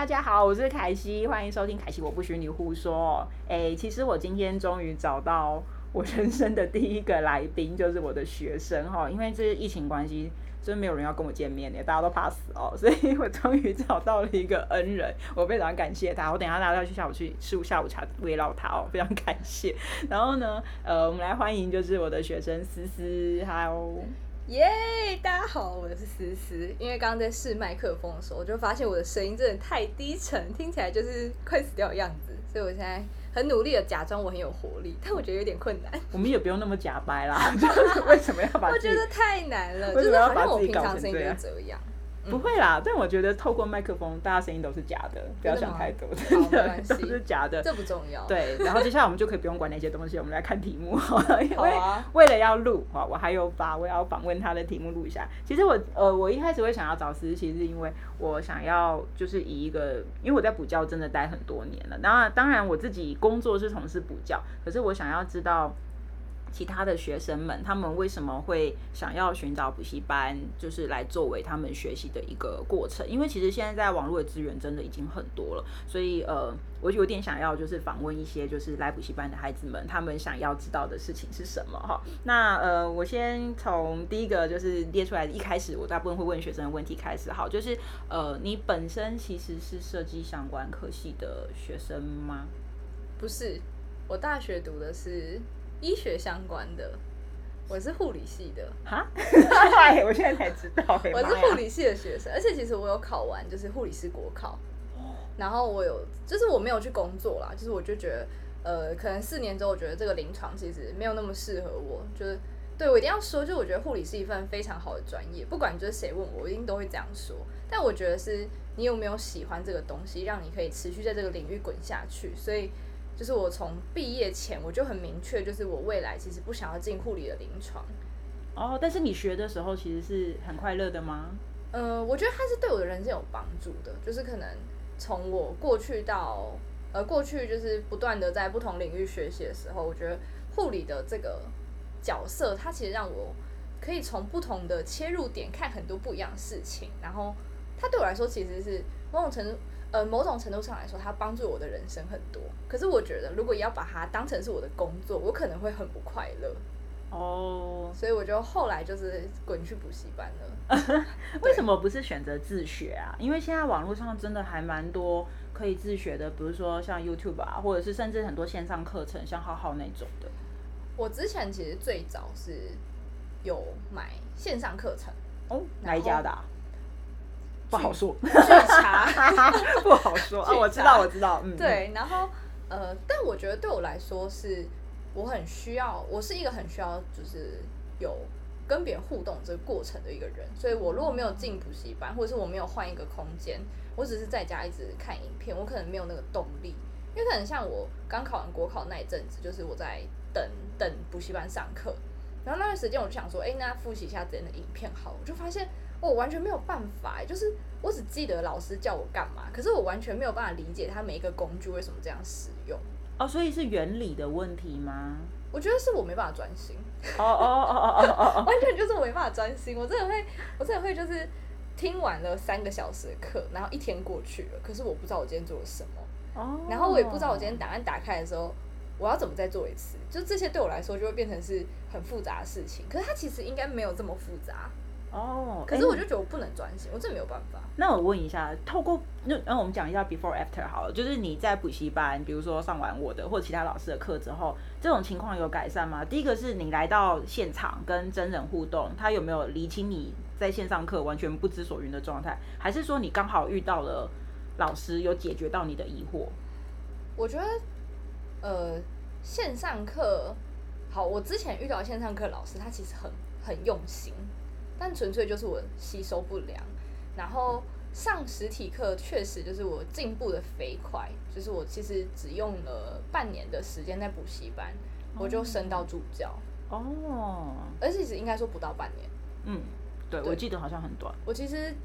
大家好，我是凯西，欢迎收听凯西我不许你胡说。其实我今天终于找到我人生的第一个来宾，就是我的学生哈，因为这疫情关系，真没有人要跟我见面，大家都怕死哦，所以我终于找到了一个恩人，我非常感谢他。我等一下大家要去吃下午茶慰劳他哦，非常感谢。然后呢，我们来欢迎就是我的学生思思，还有。 耶大家好，我是思思。因为刚刚在试麦克风的时候，我就发现我的声音真的太低沉，听起来就是快死掉的样子，所以我现在很努力的假装我很有活力，但我觉得有点困难。 我们也不用那么假掰啦，就是为什么要把自己？ 我觉得太难了， 就是好像我平常声音就是这样。 不会啦，但我觉得透过麦克风，大家声音都是假的，不要想太多，真的都是假的， 这不重要。 对，然后接下来我们就可以不用管那些东西，我们来看题目。因为为了要录，我还有把我要访问他的题目录一下。其实我一开始会想要找思思，其实是因为我想要就是以一个，因为我在补教真的待很多年了，那当然我自己工作是从事补教，可是我想要知道。其他的学生们，他们为什么会想要寻找补习班，就是来作为他们学习的一个过程？因为其实现在在网络的资源真的已经很多了，所以我有点想要就是访问一些就是来补习班的孩子们，他们想要知道的事情是什么哈？那我先从第一个就是列出来的，一开始我大部分会问学生的问题开始，好，就是你本身其实是设计相关科系的学生吗？ 不是，我大学读的是医学相关的，我是护理系的。 哈，我现在才知道， 我是护理系的学生，而且其实我有考完就是护理师国考，然后就是我没有去工作啦，就是我就觉得可能4年之后，我觉得这个临床其实没有那么适合我，就是对我一定要说，就我觉得护理是一份非常好的专业，不管就是谁问我，我一定都会这样说。但我觉得是你有没有喜欢这个东西，让你可以持续在这个领域滚下去，所以。就是我从毕业前我就很明确，就是我未来其实不想要进护理的临床。 哦，但是你学的时候其实是很快乐的吗？ 我觉得它是对我的人生有帮助的，就是可能从我过去到过去就是不断的在不同领域学习的时候，我觉得护理的这个角色，它其实让我可以从不同的切入点看很多不一样的事情，然后它对我来说其实是某种程度上来说，它帮助我的人生很多。可是我觉得，如果要把它当成是我的工作，我可能会很不快乐。哦，所以我就后来就是滚去补习班了。 为什么不是选择自学啊？因为现在网络上真的还蛮多可以自学的，比如说像 YouTube 啊，或者是甚至很多线上课程，像浩浩那种的。 我之前其实最早是有买线上课程。 哦，哪一家的啊？不好说， 据查不好说啊。我知道， 对，然后但我觉得对我来说是，我是一个很需要就是有跟别人互动这个过程的一个人，所以我如果没有进补习班，或者是我没有换一个空间，我只是在家一直看影片，我可能没有那个动力，因为可能像我刚考完国考那一阵子，就是我在等补习班上课，然后那段时间我就想说，那复习一下之前的影片好了，我就发现。我完全没有办法，就是我只记得老师叫我干嘛，可是我完全没有办法理解他每一个工具为什么这样使用。 哦，所以是原理的问题吗？ 我觉得是我没办法专心。完全就是我没办法专心。我真的会就是听完了3个小时的课，然后1天过去了，可是我不知道我今天做了什么。然后我也不知道我今天档案打开的时候。我要怎么再做一次？就这些对我来说就会变成是很复杂的事情，可是它其实应该没有这么复杂。可是我就觉得我不能专心，我真的没有办法。 那我问一下，透过我们讲一下 before after 好了，就是你在补习班，比如说上完我的或其他老师的课之后，这种情况有改善吗？第一个是你来到现场跟真人互动，他有没有厘清你在线上课完全不知所云的状态，还是说你刚好遇到了老师有解决到你的疑惑？ 我觉得线上课好，我之前遇到线上课老师，他其实很用心。但纯粹就是我吸收不良，然后上实体课确实就是我进步的飞快，就是我其实只用了半年的时间在补习班，我就升到助教。而且其实应该说不到半年。 对，我记得好像很短。 我其实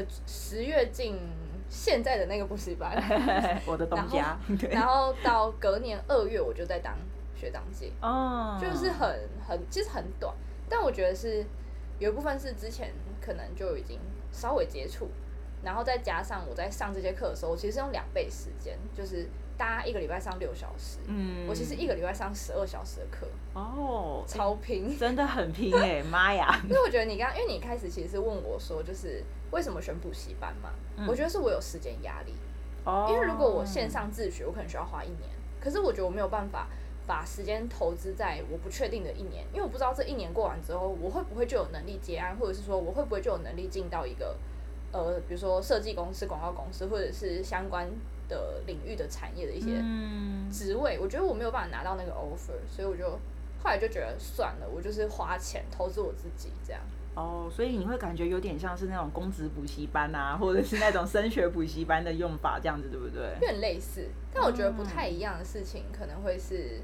10月进现在的那个补习班， 我的东家， 然后到隔年2月我就在当学长姐。就是其实很短，但我觉得是。有一部分是之前可能就已经稍微接触， 然后再加上我在上这些课的时候，我其实是用2倍时间，就是大家一个礼拜上6小时，我其实一个礼拜上12小时的课，超拼， 真的很拼哎，妈呀！ 因为我觉得因为你一开始其实是问我说，就是为什么选补习班嘛，我觉得是我有时间压力，因为如果我线上自学，我可能需要花1年，可是我觉得我没有办法把时间投资在我不确定的1年，因为我不知道这1年过完之后，我会不会就有能力接案，或者是说我会不会就有能力进到一个比如说设计公司、广告公司，或者是相关的领域的产业的一些职位，我觉得我没有办法拿到那个 offer， 所以我就后来就觉得算了，我就是花钱投资我自己这样。 所以你会感觉有点像是那种公职补习班啊，或者是那种升学补习班的用法这样子，对不对？ 有点类似，但我觉得不太一样的事情可能会是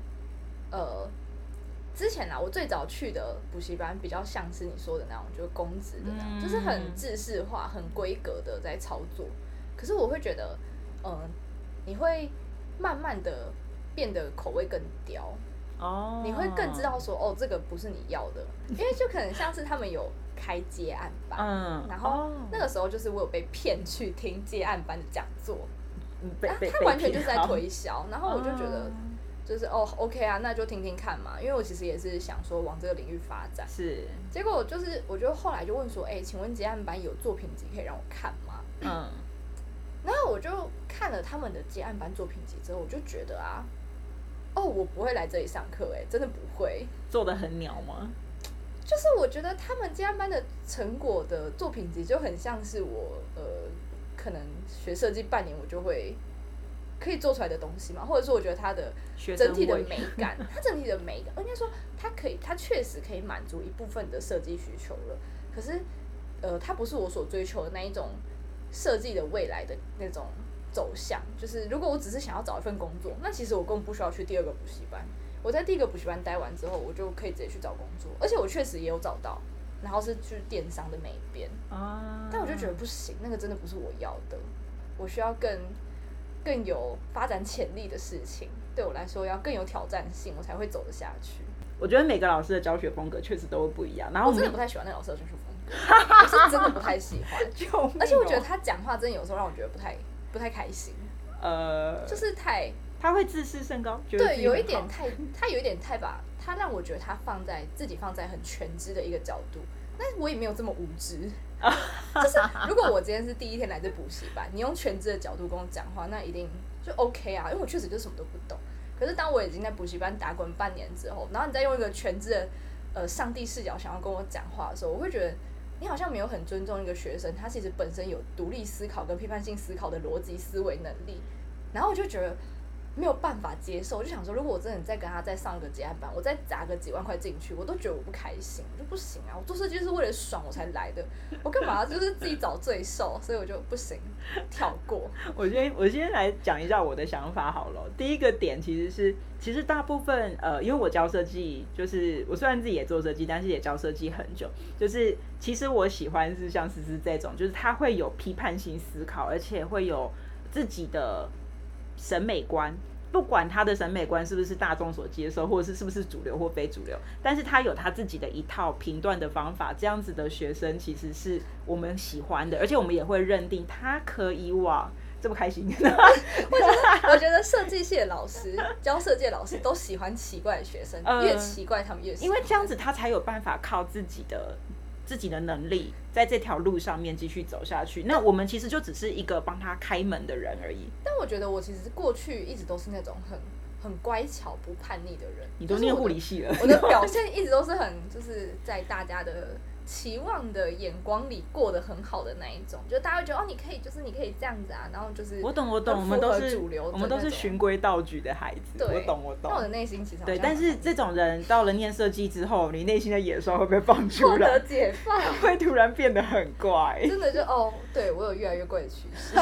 之前我最早去的补习班比较像是你说的那种，就是公职的那种，就是很制式化、很规格的在操作。可是我会觉得，你会慢慢的变得口味更刁，你会更知道说，这个不是你要的，因为就可能像是他们有开接案班，然后那个时候就是我有被骗去听接案班的讲座，他完全就是在推销，然后我就觉得。就是OK 啊，那就听听看嘛，因为我其实也是想说往这个领域发展。是。结果就是我就后来就问说，请问接案班有作品集可以让我看吗？然后我就看了他们的接案班作品集之后，我就觉得我不会来这里上课，真的不会。 做得很鸟吗？ 就是我觉得他们接案班的成果的作品集就很像是我可能学设计半年我就会。可以做出来的东西嘛，或者说我觉得它的整体的美感，它整体的美感，应该说它确实可以满足一部分的设计需求了。可是，它不是我所追求的那一种设计的未来的那种走向。就是如果我只是想要找一份工作，那其实我根本不需要去第2个补习班。我在第1个补习班待完之后，我就可以直接去找工作，而且我确实也有找到，然后是去电商的那一边。但我就觉得不行，那个真的不是我要的，我需要更有发展潜力的事情，对我来说要更有挑战性，我才会走得下去。 我觉得每个老师的教学风格确实都会不一样，然后我真的不太喜欢那个老师的教学风格，我是真的不太喜欢。而且我觉得他讲话真的有时候让我觉得不太开心。就是他会自视甚高， 对，有一点他有一点太把他让我觉得他自己放在很全知的一个角度，但是我也没有这么无知。就是如果我今天是第1天来这补习班，你用全知的角度跟我讲话，那一定就 OK 啊，因为我确实就什么都不懂。可是当我已经在补习班打滚半年之后，然后你再用一个全知的上帝视角想要跟我讲话的时候，我会觉得你好像没有很尊重一个学生，他其实本身有独立思考跟批判性思考的逻辑思维能力，然后我就觉得没有办法接受，我就想说，如果我真的再跟他再上一个接案班，我再砸个几万块进去，我都觉得我不开心，我就不行啊！我做设计就是为了爽我才来的，我干嘛就是自己找罪受，所以我就不行，跳过。 我先来讲一下我的想法好了。第一个点其实大部分因为我教设计，就是我虽然自己也做设计，但是也教设计很久，就是其实我喜欢是像思思这种，就是他会有批判性思考，而且会有自己的审美观，不管他的审美观是不是大众所接受，或者是不是主流或非主流，但是他有他自己的一套评断的方法，这样子的学生其实是我们喜欢的，而且我们也会认定他可以往这么开心。 我觉得设计系的老师教设计的老师都喜欢奇怪的学生，越奇怪他们越喜欢， 因为这样子他才有办法靠自己的能力在这条路上面继续走下去。那我们其实就只是一个帮他开门的人而已。 但我觉得我其实过去一直都是那种很乖巧不叛逆的人。 你都念护理系了， 我的表现一直都是就是在大家的期望的眼光里过得很好的那一种，就大家会觉得你可以这样子啊，然后就是我懂，我们都是循规蹈矩的孩子，我懂。 但我的内心其实对，但是这种人到了念设计之后，你内心的野兽会被放出来， 获得解放， 会突然变得很怪， 真的就对我有越来越怪的趋势。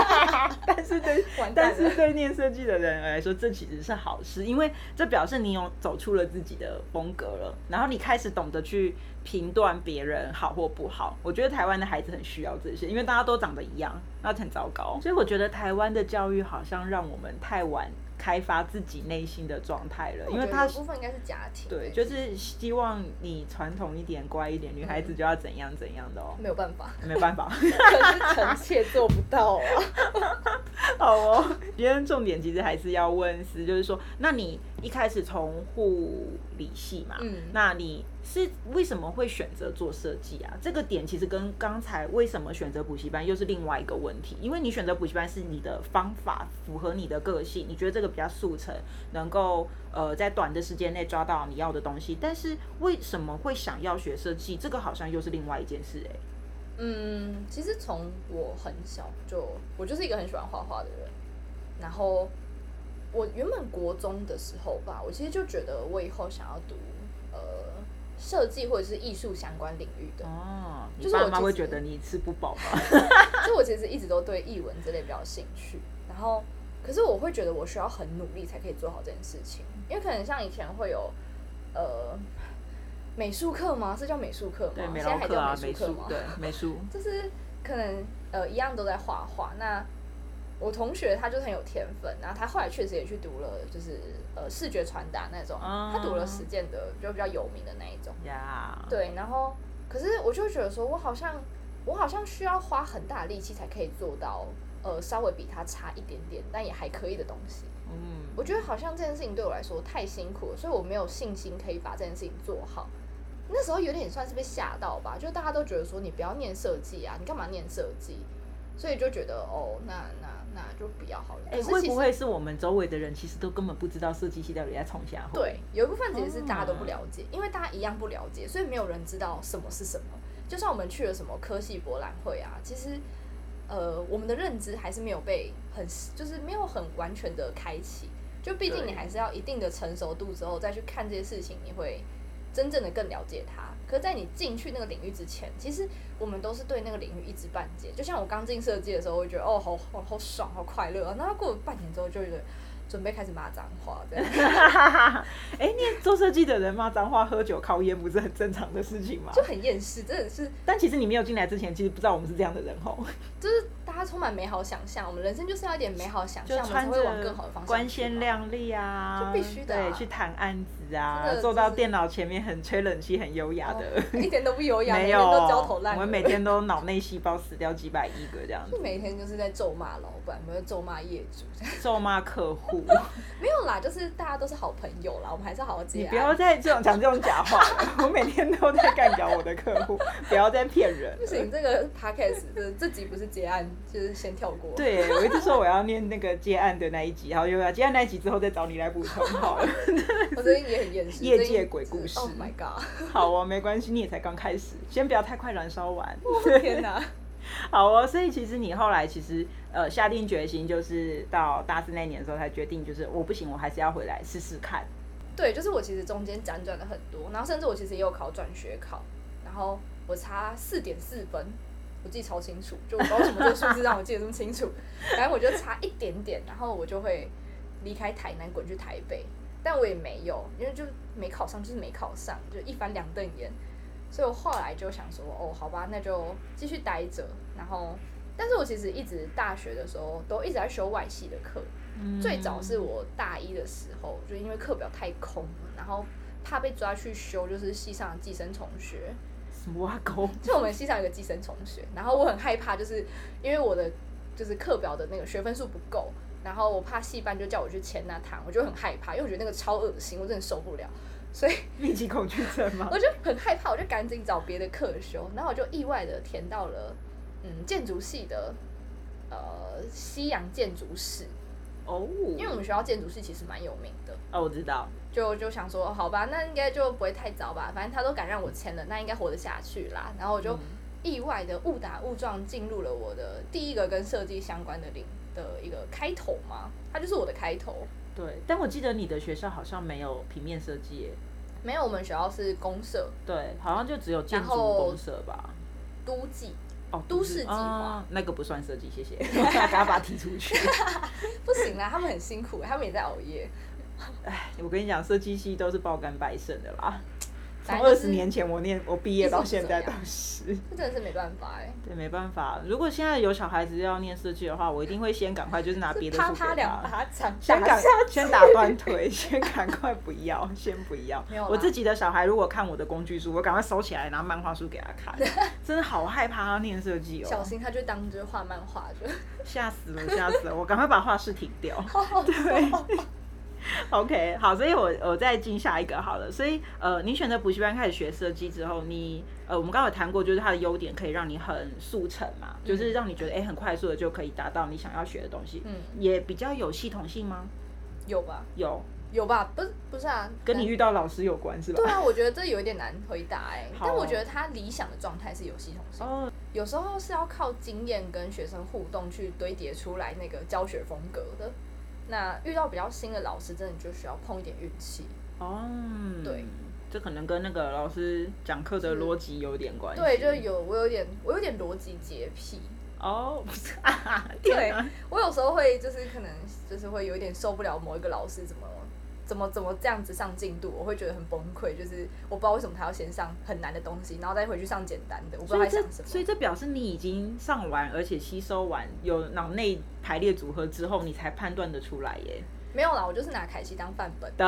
但是对念设计的人来说，这其实是好事，因为这表示你有走出了自己的风格了，然后你开始懂得去评断别人好或不好。我觉得台湾的孩子很需要这些，因为大家都长得一样，那很糟糕。所以我觉得台湾的教育好像让我们太晚开发自己内心的状态了，因为他部分应该是家庭， 对，就是希望你传统一点、乖一点，女孩子就要怎样怎样的哦， 没有办法， 没办法， 可是臣妾做不到啊。 好哦，今天重点其实还是要问思，就是说，那你一开始从护理系嘛，那你是为什么会选择做设计啊？这个点其实跟刚才为什么选择补习班又是另外一个问题，因为你选择补习班是你的方法符合你的个性，你觉得这个比较速成，能够在短的时间内抓到你要的东西，但是为什么会想要学设计？这个好像又是另外一件事哎。 其实从我很小我就是一个很喜欢画画的人，然后我原本国中的时候吧，我其实就觉得我以后想要读设计或者是艺术相关领域的。 哦，你爸妈会觉得你吃不饱吗？ 就我其实一直都对艺文之类比较有兴趣，然后可是我会觉得我需要很努力才可以做好这件事情，因为可能像以前会有美术课吗？是叫美术课吗？ 对，美劳课啊， 美术吗？对，美术就是可能一样都在画画。那我同学他就很有天分，然后他后来确实也去读了，就是视觉传达那种，他读了实践的，就比较有名的那一种。对，然后可是我就会觉得说，我好像需要花很大的力气才可以做到稍微比他差一点点，但也还可以的东西。我觉得好像这件事情对我来说太辛苦了，所以我没有信心可以把这件事情做好。那时候有点算是被吓到吧，就大家都觉得说你不要念设计啊，你干嘛念设计？所以就觉得那就不要好了。 会不会是我们周围的人其实都根本不知道设计系到底在冲啥？ 对，有一部分其实是大家都不了解，因为大家一样不了解，所以没有人知道什么是什么。就算我们去了什么科系博览会啊，其实我们的认知还是没有被就是没有很完全的开启。就毕竟你还是要一定的成熟度之后再去看这些事情，你会真正的更了解它。可是在你进去那个领域之前，其实我们都是对那个领域一知半解。就像我刚进设计的时候，我会觉得好爽，好快乐啊。然后过了半年之后，就觉得准备开始骂脏话这样。 你做设计的人骂脏话、喝酒、靠烟，不是很正常的事情吗？ 就很厌世，真的是。 但其实你没有进来之前，其实不知道我们是这样的人吼。 就是大家充满美好想象，我们人生就是要一点美好想象，我们才会往更好的方向去。 光鲜亮丽啊， 就必须的。 对，去谈案子啊，坐到电脑前面很吹冷气、很优雅的。 一点都不优雅， 没有， 每天都焦头烂额。 我们每天都脑内细胞死掉几百亿个这样子。 就每天就是在咒骂老板，我们咒骂业主， 咒骂客户。 没有啦，就是大家都是好朋友啦，我们还是好好接。 你不要再讲这种假话了，我每天都在干掉我的客户，不要再骗人。 不行，这个 podcast 这集不是结案，就是先跳过。 对，我一直说我要念那个接案的那一集，然后接案那一集之后再找你来补充好了。 我最近也很厌世， 业界鬼故事。 Oh my god！ 好哦，没关系，你也才刚开始，先不要太快燃烧完。 天哪！ 好哦，所以其实你后来其实下定决心，就是到大四那年的时候才决定，就是我不行，我还是要回来试试看。 对，就是我其实中间辗转了很多，然后甚至我其实也有考转学考，然后我差4.4分，我记得超清楚，就我不知道为什么这个数字让我记得这么清楚，反正我就差一点点，然后我就会离开台南滚去台北，但我也没有，因为就没考上，就是没考上，就一翻两瞪眼，所以我后来就想说，好吧，那就继续待着，然后，但是我其实一直大学的时候都一直在修外系的课。最早是我大一的时候，就因为课表太空了，然后怕被抓去修，就是系上的寄生虫学。 什么挖沟？ 就我们系上有个寄生虫学，然后我很害怕，就是因为我的就是课表的那个学分数不够，然后我怕系办就叫我去签那堂，我就很害怕，因为我觉得那个超恶心，我真的受不了，所以密集恐惧症吗？ 我就很害怕，我就赶紧找别的课修，然后我就意外的填到了建筑系的西洋建筑史。因为我们学校建筑系其实蛮有名的。 我知道。 就想说，好吧，那应该就不会太糟吧，反正他都敢让我签了，那应该活得下去啦。然后我就意外的误打误撞进入了我的第一个跟设计相关的一个开头嘛，它就是我的开头。 对，但我记得你的学校好像没有平面设计耶。 没有，我们学校是公社。 对，好像就只有建筑公社吧。 都计。都市计划那个不算设计，谢谢，我想把它踢出去。 不行啦，他们很辛苦，他们也在熬夜。 我跟你讲，设计系都是爆肝败肾的啦， 从20年前我毕业到现在都是， 这真的是没办法哎。 对，没办法。如果现在有小孩子要念设计的话，我一定会先赶快就是拿别的书给他， 两巴掌先打断腿，先赶快不要，先不要。我自己的小孩如果看我的工具书，我赶快收起来，拿漫画书给他看。真的好害怕他念设计哦， 小心他就当着画漫画就吓死了，我赶快把画室停掉。对。OK， 好，所以我再进下一个好了。所以你选择补习班开始学设计之后，我们刚刚有谈过，就是它的优点可以让你很速成嘛，就是让你觉得很快速的就可以达到你想要学的东西。也比较有系统性吗？ 有吧？ 有吧？ 不是啊， 跟你遇到老师有关是吧？ 对啊，我觉得这有一点难回答但我觉得他理想的状态是有系统性有时候是要靠经验跟学生互动去堆叠出来那个教学风格的。那遇到比较新的老师，真的就需要碰一点运气对， 这可能跟那个老师讲课的逻辑有点关系。 对，就是我有点逻辑洁癖不是对，我有时候会就是可能就是会有一点受不了某一个老师怎么这样子上进度，我会觉得很崩溃。就是我不知道为什么他要先上很难的东西，然后再回去上简单的，我不知道他想什么。 所以这表示你已经上完，而且吸收完，有脑内排列组合之后，你才判断得出来耶。 没有啦，我就是拿凯西当范本。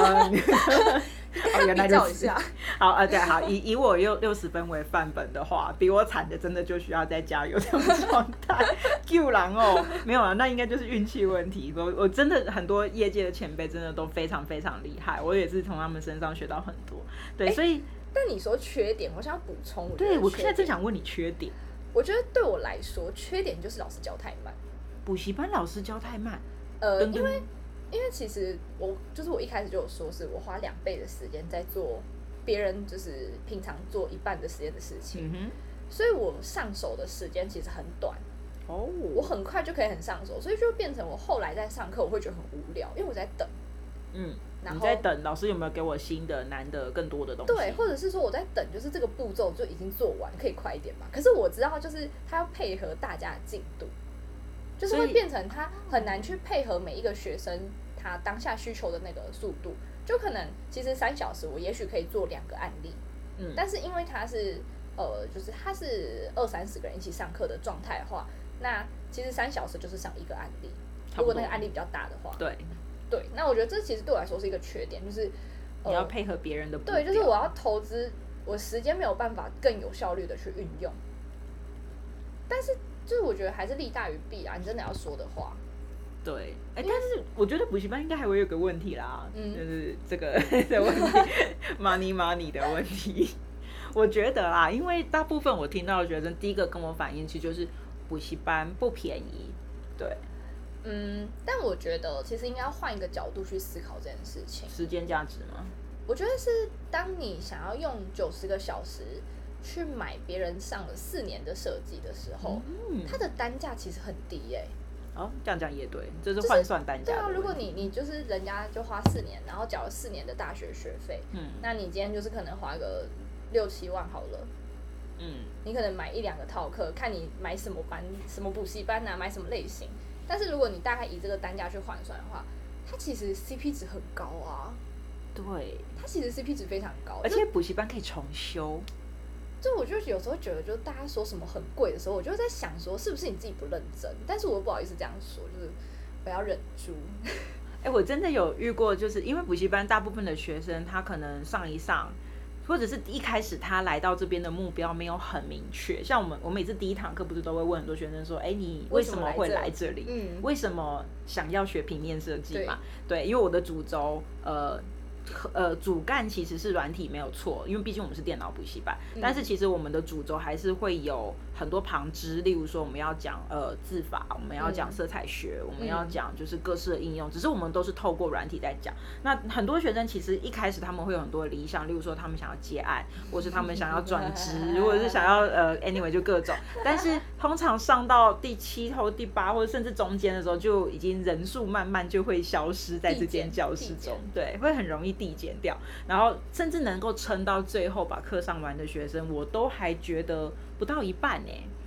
原来如此。好对， 好，以我60分为范本的话，比我惨的真的就需要再加油这种状态。救人哦，没有啦，那应该就是运气问题。我真的很多业界的前辈真的都非常非常厉害，我也是从他们身上学到很多。对，所以但你说缺点，我想要补充。 对，我现在正想问你缺点。 我觉得对我来说，缺点就是老师教太慢。 补习班老师教太慢。 因为其实我一开始就有说，是我花2倍的时间在做别人就是平常做1半的时间的事情，所以我上手的时间其实很短我很快就可以很上手，所以就变成我后来在上课我会觉得很无聊，因为我在等， 然后你在等老师有没有给我新的难的更多的东西， 对，或者是说我在等，就是这个步骤就已经做完，可以快一点吧。可是我知道，就是他要配合大家的进度，就是会变成他很难去配合每一个学生他当下需求的那个速度。就可能其实3小时我也许可以做2个案例，但是因为他是就是他是20-30个人一起上课的状态的话，那其实3小时就是上1个案例，如果那个案例比较大的话，对，那我觉得这其实对我来说是一个缺点，就是你要配合别人的步调， 对，就是我要投资，我时间没有办法更有效率的去运用。但是就是我觉得还是利大于弊啊，你真的要说的话。 对，但是我觉得补习班应该还会有个问题啦，就是这个的问题，money 的问题。我觉得啦，因为大部分我听到的学生，第一个跟我反映其实就是补习班不便宜，对。 但我觉得其实应该要换一个角度去思考这件事情。 时间价值吗？ 我觉得是当你想要用90个小时去买别人上了4年的设计的时候，它的单价其实很低这样讲也对，这是换算单价的问题。 对啊，如果你就是人家就花4年，然后缴了4年的大学学费，那你今天就是可能花个6-7万好了。你可能买1-2个套课，看你买什么班、什么补习班啊，买什么类型。但是如果你大概以这个单价去换算的话，它其实 CP 值很高啊。 对， 它其实 CP 值非常高， 而且补习班可以重修。 就我就有时候觉得，就大家说什么很贵的时候，我就在想说，是不是你自己不认真？但是我又不好意思这样说，就是我要忍住。 我真的有遇过，就是因为补习班大部分的学生，他可能上一上，或者是一开始他来到这边的目标没有很明确。像我每次第一堂课不是都会问很多学生说，你为什么会来这里？为什么想要学平面设计嘛？对，因为我的主轴主干其实是软体没有错，因为毕竟我们是电脑补习班，但是其实我们的主轴还是会有很多旁支，例如说我们要讲字法，我们要讲色彩学，我们要讲就是各式的应用，只是我们都是透过软体在讲。那很多学生其实一开始他们会有很多的理想，例如说他们想要接案，或是他们想要转职，或者是想要anyway 就各种，但是通常上到第7或第8或者甚至中间的时候，就已经人数慢慢就会消失在这间教室中，对，会很容易递减掉，然后甚至能够撑到最后把课上完的学生，我都还觉得不到一半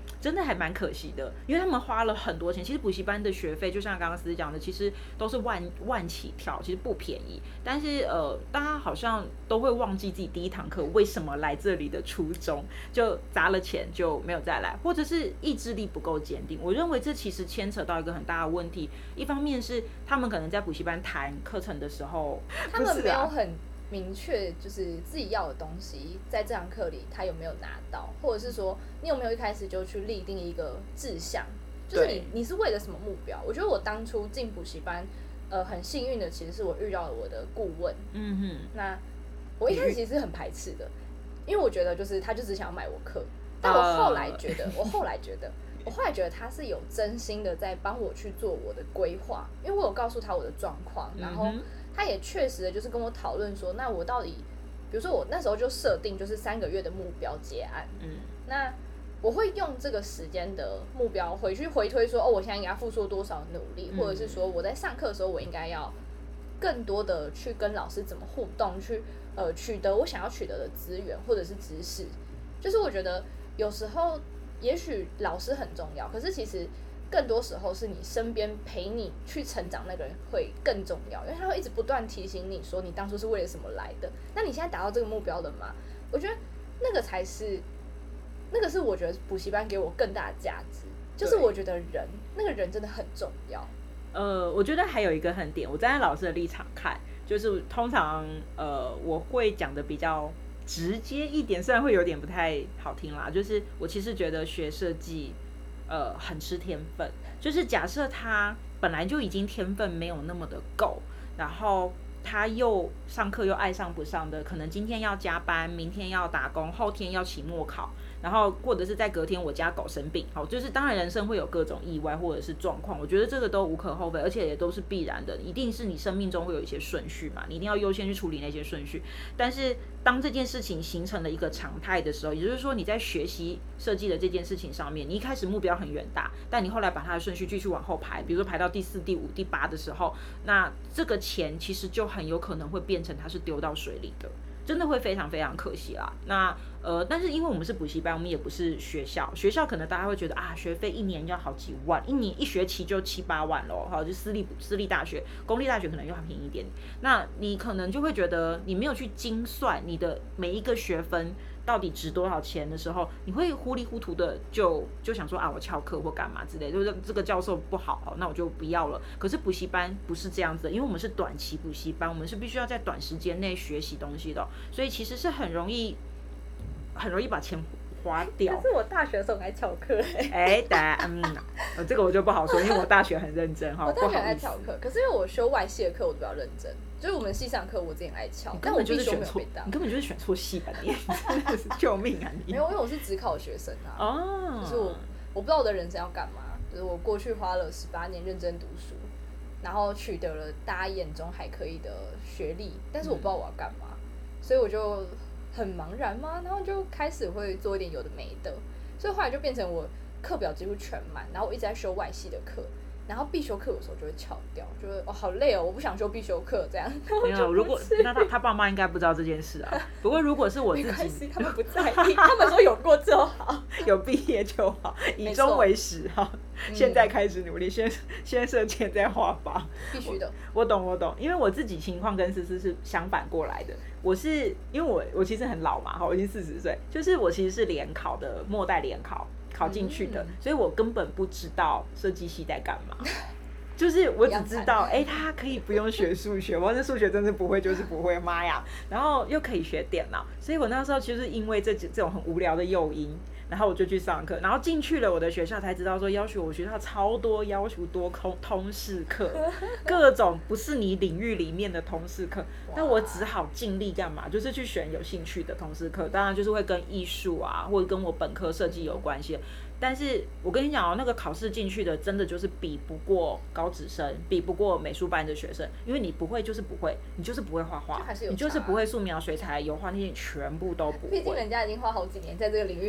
真的还蛮可惜的，因为他们花了很多钱。其实补习班的学费，就像刚刚思思讲的，其实都是万起跳，其实不便宜。但是大家好像都会忘记自己第一堂课为什么来这里的初衷，就砸了钱就没有再来，或者是意志力不够坚定。我认为这其实牵扯到一个很大的问题，一方面是他们可能在补习班谈课程的时候， 他们没有很明确就是自己要的东西，在这堂课里他有没有拿到，或者是说你有没有一开始就去立定一个志向，就是你是为了什么目标？我觉得我当初进补习班，很幸运的其实是我遇到了我的顾问。那我一开始其实很排斥的，因为我觉得就是他就只想要买我课，但我后来觉得他是有真心的在帮我去做我的规划，因为我有告诉他我的状况，然后他也确实的就是跟我讨论说，那我到底，比如说我那时候就设定就是3个月的目标结案，那我会用这个时间的目标回推说，我现在应该付出多少努力，或者是说我在上课的时候我应该要更多的去跟老师怎么互动，去取得我想要取得的资源或者是知识。就是我觉得有时候也许老师很重要，可是其实更多时候是你身边陪你去成长那个人会更重要，因为他会一直不断提醒你说你当初是为了什么来的，那你现在达到这个目标了吗？我觉得那个是我觉得补习班给我更大的价值，就是我觉得那个人真的很重要。 我觉得还有一个很点，我站在老师的立场看，就是通常我会讲的比较直接一点，虽然会有点不太好听啦，就是我其实觉得学设计很吃天分，就是假设他本来就已经天分没有那么的够，然后他又上课又爱上不上的，可能今天要加班，明天要打工，后天要期末考，然后或者是在隔天我家狗生病，好，就是当然人生会有各种意外或者是状况，我觉得这个都无可厚非，而且也都是必然的，一定是你生命中会有一些顺序嘛，你一定要优先去处理那些顺序。但是当这件事情形成了一个常态的时候，也就是说你在学习设计的这件事情上面，你一开始目标很远大，但你后来把它的顺序继续往后排，比如说排到第4、第5、第8的时候，那这个钱其实就很有可能会变成它是丢到水里的，真的会非常非常可惜啦。那但是因为我们是补习班，我们也不是学校，学校可能大家会觉得学费1年要好几万，一学期就7、8万咯，好，就私立大学，公立大学可能又便宜一点。那你可能就会觉得你没有去精算你的每一个学分到底值多少钱的时候，你会糊里糊涂的就想说我翘课或干嘛之类，就是这个教授不好，那我就不要了。可是补习班不是这样子的，因为我们是短期补习班，我们是必须要在短时间内学习东西的，所以其实是很容易把钱花掉。 可是我大学的时候还翘课这个我就不好说，因为我大学很认真哈。 我大学还翘课，可是因为我修外系的课我都比较认真，就是我们系上课我自己很爱翘，但我必修没有被当。 你根本就是选错系吧你，真的是救命啊你！ 没有，因为我是指考学生啊。就是我不知道我的人生要干嘛，就是我过去花了18年认真读书，然后取得了大家眼中还可以的学历，但是我不知道我要干嘛，所以我就很茫然嘛，然后就开始会做一点有的没的，所以后来就变成我课表几乎全满，然后我一直在修外系的课，然后必修课有时候就会翘掉，就会好累哦，我不想修必修课这样。 没有，如果那他爸妈应该不知道这件事啊。不过如果是我自己， 没关系，他们不在意，他们说有过就好， 有毕业就好，以终为始哈。现在开始努力，先设钱再花吧。 必须的。 我懂，因为我自己情况跟思思是相反过来的。我是因为我其实很老嘛，我已经40岁，就是我其实是联考的末代联考进去的，所以我根本不知道设计系在干嘛。就是我只知道，他可以不用学数学，我这数学真是不会，就是不会，妈呀！然后又可以学电脑，所以我那时候其实因为这种很无聊的诱因，然后我就去上课，然后进去了我的学校才知道说，要求我学校超多要求多通识课，各种不是你领域里面的通识课，那我只好尽力干嘛，就是去选有兴趣的通识课，当然就是会跟艺术啊，或者跟我本科设计有关系。但是我跟你讲那个考试进去的真的就是比不过高职生，比不过美术班的学生，因为你不会就是不会，你就是不会画画，你就是不会素描、水彩、油画那些全部都不会。 毕竟人家已经花好几年在这个领域努力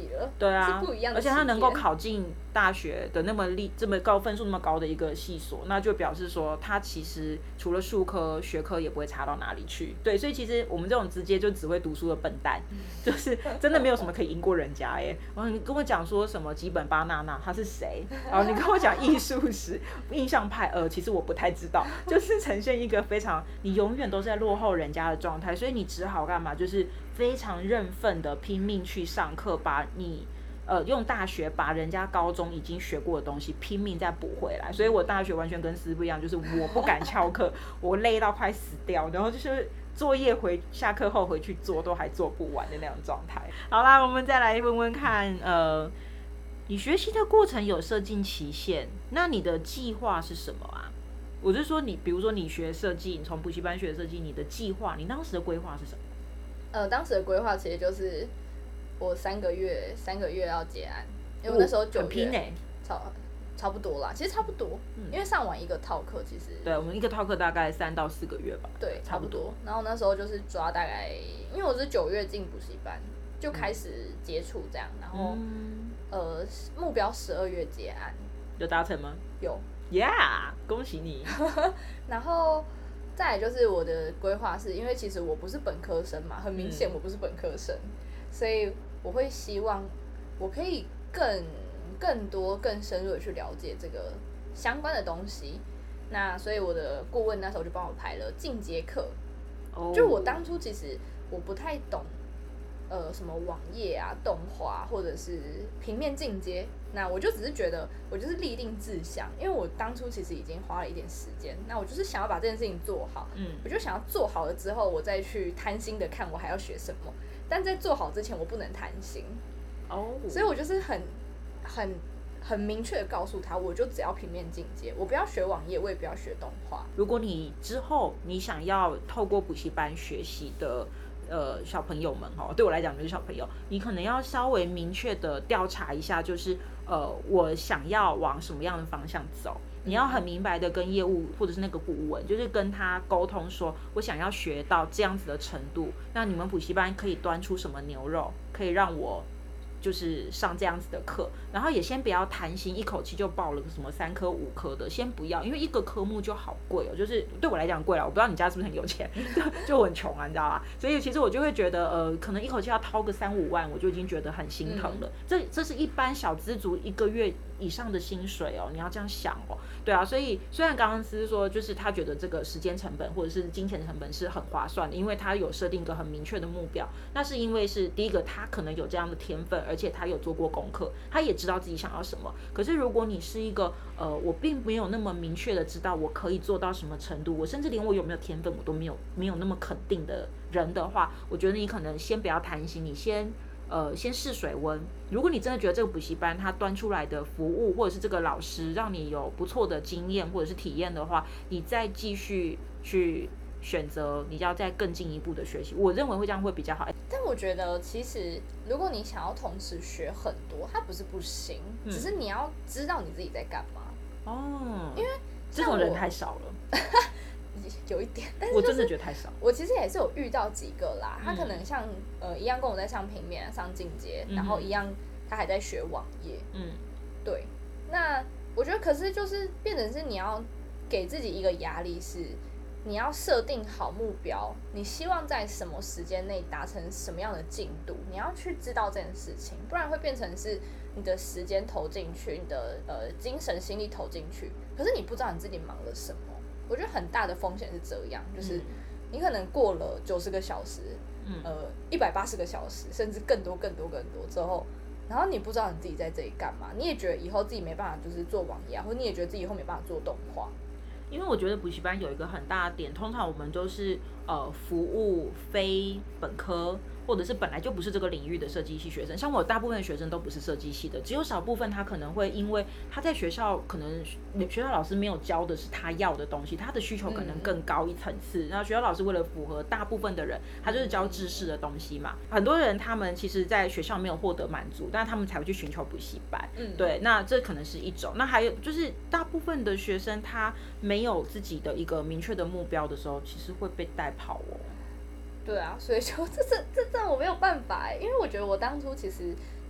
系了。 对啊， 是不一样的。 而且他能够考进大学的这么高分数那么高的一个系所，那就表示说他其实除了术科学科也不会差到哪里去。对，所以其实我们这种直接就只会读书的笨蛋，就是真的没有什么可以赢过人家耶。然后你跟我讲说什么吉本巴纳纳他是谁？然后你跟我讲艺术史、印象派，其实我不太知道，就是呈现一个非常你永远都是在落后人家的状态，所以你只好干嘛？就是非常认份的拼命去上课，把你用大学把人家高中已经学过的东西拼命再补回来。所以我大学完全跟思不一样，就是我不敢翘课，我累到快死掉，然后就是作业下课后回去做都还做不完的那种状态。好啦，我们再来问问看，你学习的过程有设定期限，那你的计划是什么啊？我是说比如说你学设计，你从补习班学设计，你的计划，你当时的规划是什么？ 当时的规划其实就是我3个月要结案，因为我那时候9月， 很拼欸， 差不多啦，其实差不多，因为上完一个套课，其实对我们一个套课大概3到4个月吧， 对，差不多。然后那时候就是抓大概，因为我是9月进补习班，就开始接触这样，然后目标12月结案， 有达成吗？ 有 ，Yeah， 恭喜你。 然后再来就是我的规划是，因为其实我不是本科生嘛，很明显我不是本科生，所以我会希望我可以更多更深入的去了解这个相关的东西。那所以我的顾问那时候就帮我排了进阶课。就我当初其实我不太懂什么网页啊、动画或者是平面进阶，那我就只是觉得我就是立定志向，因为我当初其实已经花了一点时间，那我就是想要把这件事情做好，我就想要做好了之后，我再去贪心的看我还要学什么，但在做好之前我不能贪心，所以我就是很明确的告诉他，我就只要平面进阶，我不要学网页，我也不要学动画。 如果你之后你想要透过补习班学习的小朋友们对我来讲就是小朋友，你可能要稍微明确的调查一下，就是我想要往什么样的方向走。你要很明白的跟业务或者是那个顾问，就是跟他沟通说，我想要学到这样子的程度，那你们补习班可以端出什么牛肉，可以让我就是上这样子的课，然后也先不要贪心，一口气就报了个什么3科5科的，先不要，因为一个科目就好贵就是对我来讲贵了，我不知道你家是不是很有钱，就很穷啊，你知道吧？所以其实我就会觉得，可能一口气要掏个3、5万，我就已经觉得很心疼了。这是一般小资族1个月以上的薪水你要这样想对啊，所以虽然刚刚是说，就是他觉得这个时间成本或者是金钱成本是很划算的，因为他有设定一个很明确的目标，那是因为是第一个他可能有这样的天分，而且他有做过功课，他也知道自己想要什么。可是如果你是一个我并没有那么明确的知道我可以做到什么程度，我甚至连我有没有天分我都没有那么肯定的人的话，我觉得你可能先不要贪心，你先试水温。如果你真的觉得这个补习班它端出来的服务或者是这个老师让你有不错的经验或者是体验的话，你再继续去选择你要再更进一步的学习，我认为会这样会比较好。 但我觉得其实如果你想要同时学很多，它不是不行，只是你要知道你自己在干嘛。因为这种人太少了。 有一点，但是、 我真的觉得太少。 我其实也是有遇到几个啦，他可能像一样跟我在上平面、上进阶，然后一样他还在学网页。对。那我觉得，可是就是变成是你要给自己一个压力，是你要设定好目标，你希望在什么时间内达成什么样的进度，你要去知道这件事情，不然会变成是你的时间投进去，你的精神心力投进去，可是你不知道你自己忙了什么。我觉得很大的风险是这样，就是你可能过了90个小时，180个小时，甚至更多之后，然后你不知道你自己在这里干嘛，你也觉得以后自己没办法就是做网页，或者你也觉得自己以后没办法做动画。 因为我觉得补习班有一个很大的点，通常我们都是服务非本科或者是本来就不是这个领域的设计系学生，像我大部分的学生都不是设计系的，只有少部分他可能会因为他在学校可能学校老师没有教的是他要的东西，他的需求可能更高一层次，然后学校老师为了符合大部分的人，他就是教知识的东西嘛。很多人他们其实在学校没有获得满足，但他们才会去寻求补习班。对，那这可能是一种。那还有就是大部分的学生他没有自己的一个明确的目标的时候，其实会被带跑对啊，所以就这我没有办法因为我觉得我当初其实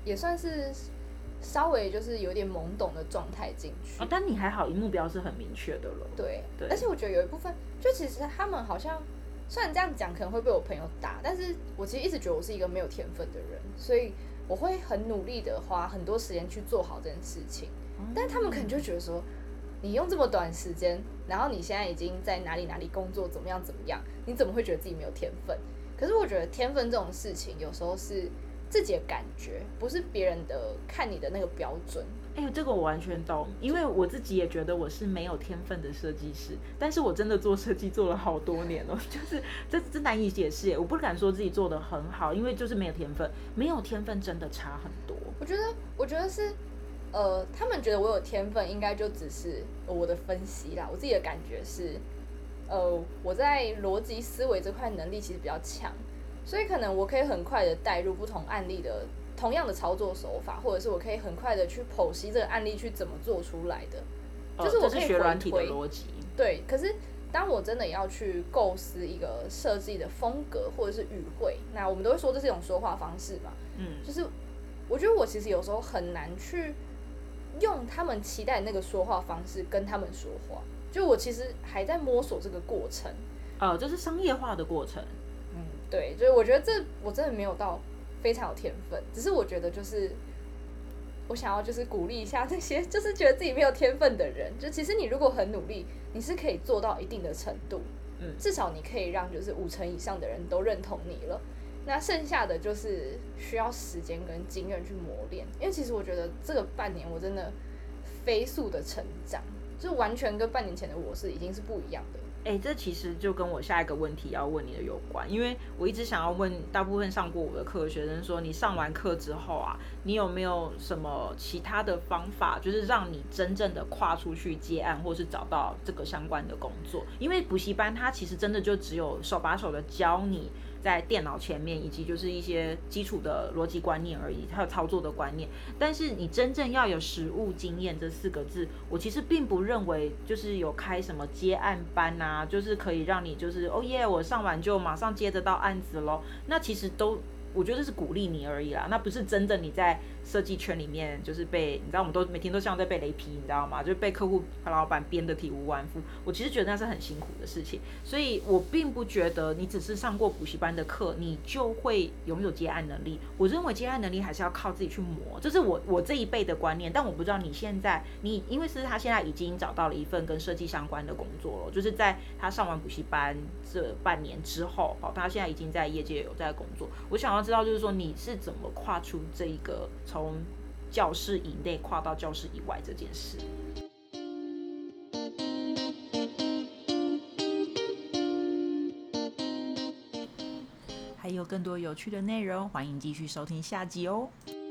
也算是稍微就是有点懵懂的状态进去。 但你还好，目标是很明确的了。 对，而且我觉得有一部分，就其实他们好像虽然这样讲可能会被我朋友打，但是我其实一直觉得我是一个没有天分的人，所以我会很努力的花很多时间去做好这件事情。但他们可能就觉得说，你用这么短时间，然后你现在已经在哪里工作，怎么样，你怎么会觉得自己没有天分？可是我觉得天分这种事情，有时候是自己的感觉，不是别人的看你的那个标准。 这个我完全懂，因为我自己也觉得我是没有天分的设计师，但是我真的做设计做了好多年了，就是这难以解释耶。我不敢说自己做得很好，因为就是没有天分，没有天分真的差很多。 我觉得是，他们觉得我有天分，应该就只是我的分析啦。我自己的感觉是，我在逻辑思维这块能力其实比较强，所以可能我可以很快的带入不同案例的同样的操作手法，或者是我可以很快的去剖析这个案例去怎么做出来的，就是我可以这是学软体的逻辑。 对，可是当我真的要去构思一个设计的风格或者是语汇，那我们都会说这是一种说话方式嘛，就是我觉得我其实有时候很难去用他们期待的那个说话方式跟他们说话，就我其实还在摸索这个过程。 这是商业化的过程。 对，就是我觉得我真的没有到非常有天分，只是我觉得就是我想要就是鼓励一下那些就是觉得自己没有天分的人，就其实你如果很努力，你是可以做到一定的程度，至少你可以让就是50%以上的人都认同你了。那剩下的就是需要时间跟经验去磨练，因为其实我觉得这个半年我真的飞速的成长，就完全跟半年前的我已经是不一样的。 这其实就跟我下一个问题要问你的有关，因为我一直想要问大部分上过我的课的学生说，你上完课之后啊，你有没有什么其他的方法，就是让你真正的跨出去接案，或是找到这个相关的工作？因为补习班它其实真的就只有手把手的教你在电脑前面，以及就是一些基础的逻辑观念而已，还有操作的观念。但是你真正要有实务经验这4个字，我其实并不认为就是有开什么接案班啊，就是可以让你就是我上完就马上接得到案子咯。那其实都我觉得是鼓励你而已啦，那不是真的你在设计圈里面就是被你知道我们都每天都像在被雷劈，你知道吗？就是被客户和老板编得体无完肤。我其实觉得那是很辛苦的事情，所以我并不觉得你只是上过补习班的课，你就会拥有接案能力。我认为接案能力还是要靠自己去磨，这是我这一辈的观念。但我不知道你现在，因为是他现在已经找到了一份跟设计相关的工作了，就是在他上完补习班这半年之后，他现在已经在业界有在工作。我想要知道就是说你是怎么跨出这一个从教室以内跨到教室以外这件事。还有更多有趣的内容，欢迎继续收听下集哦。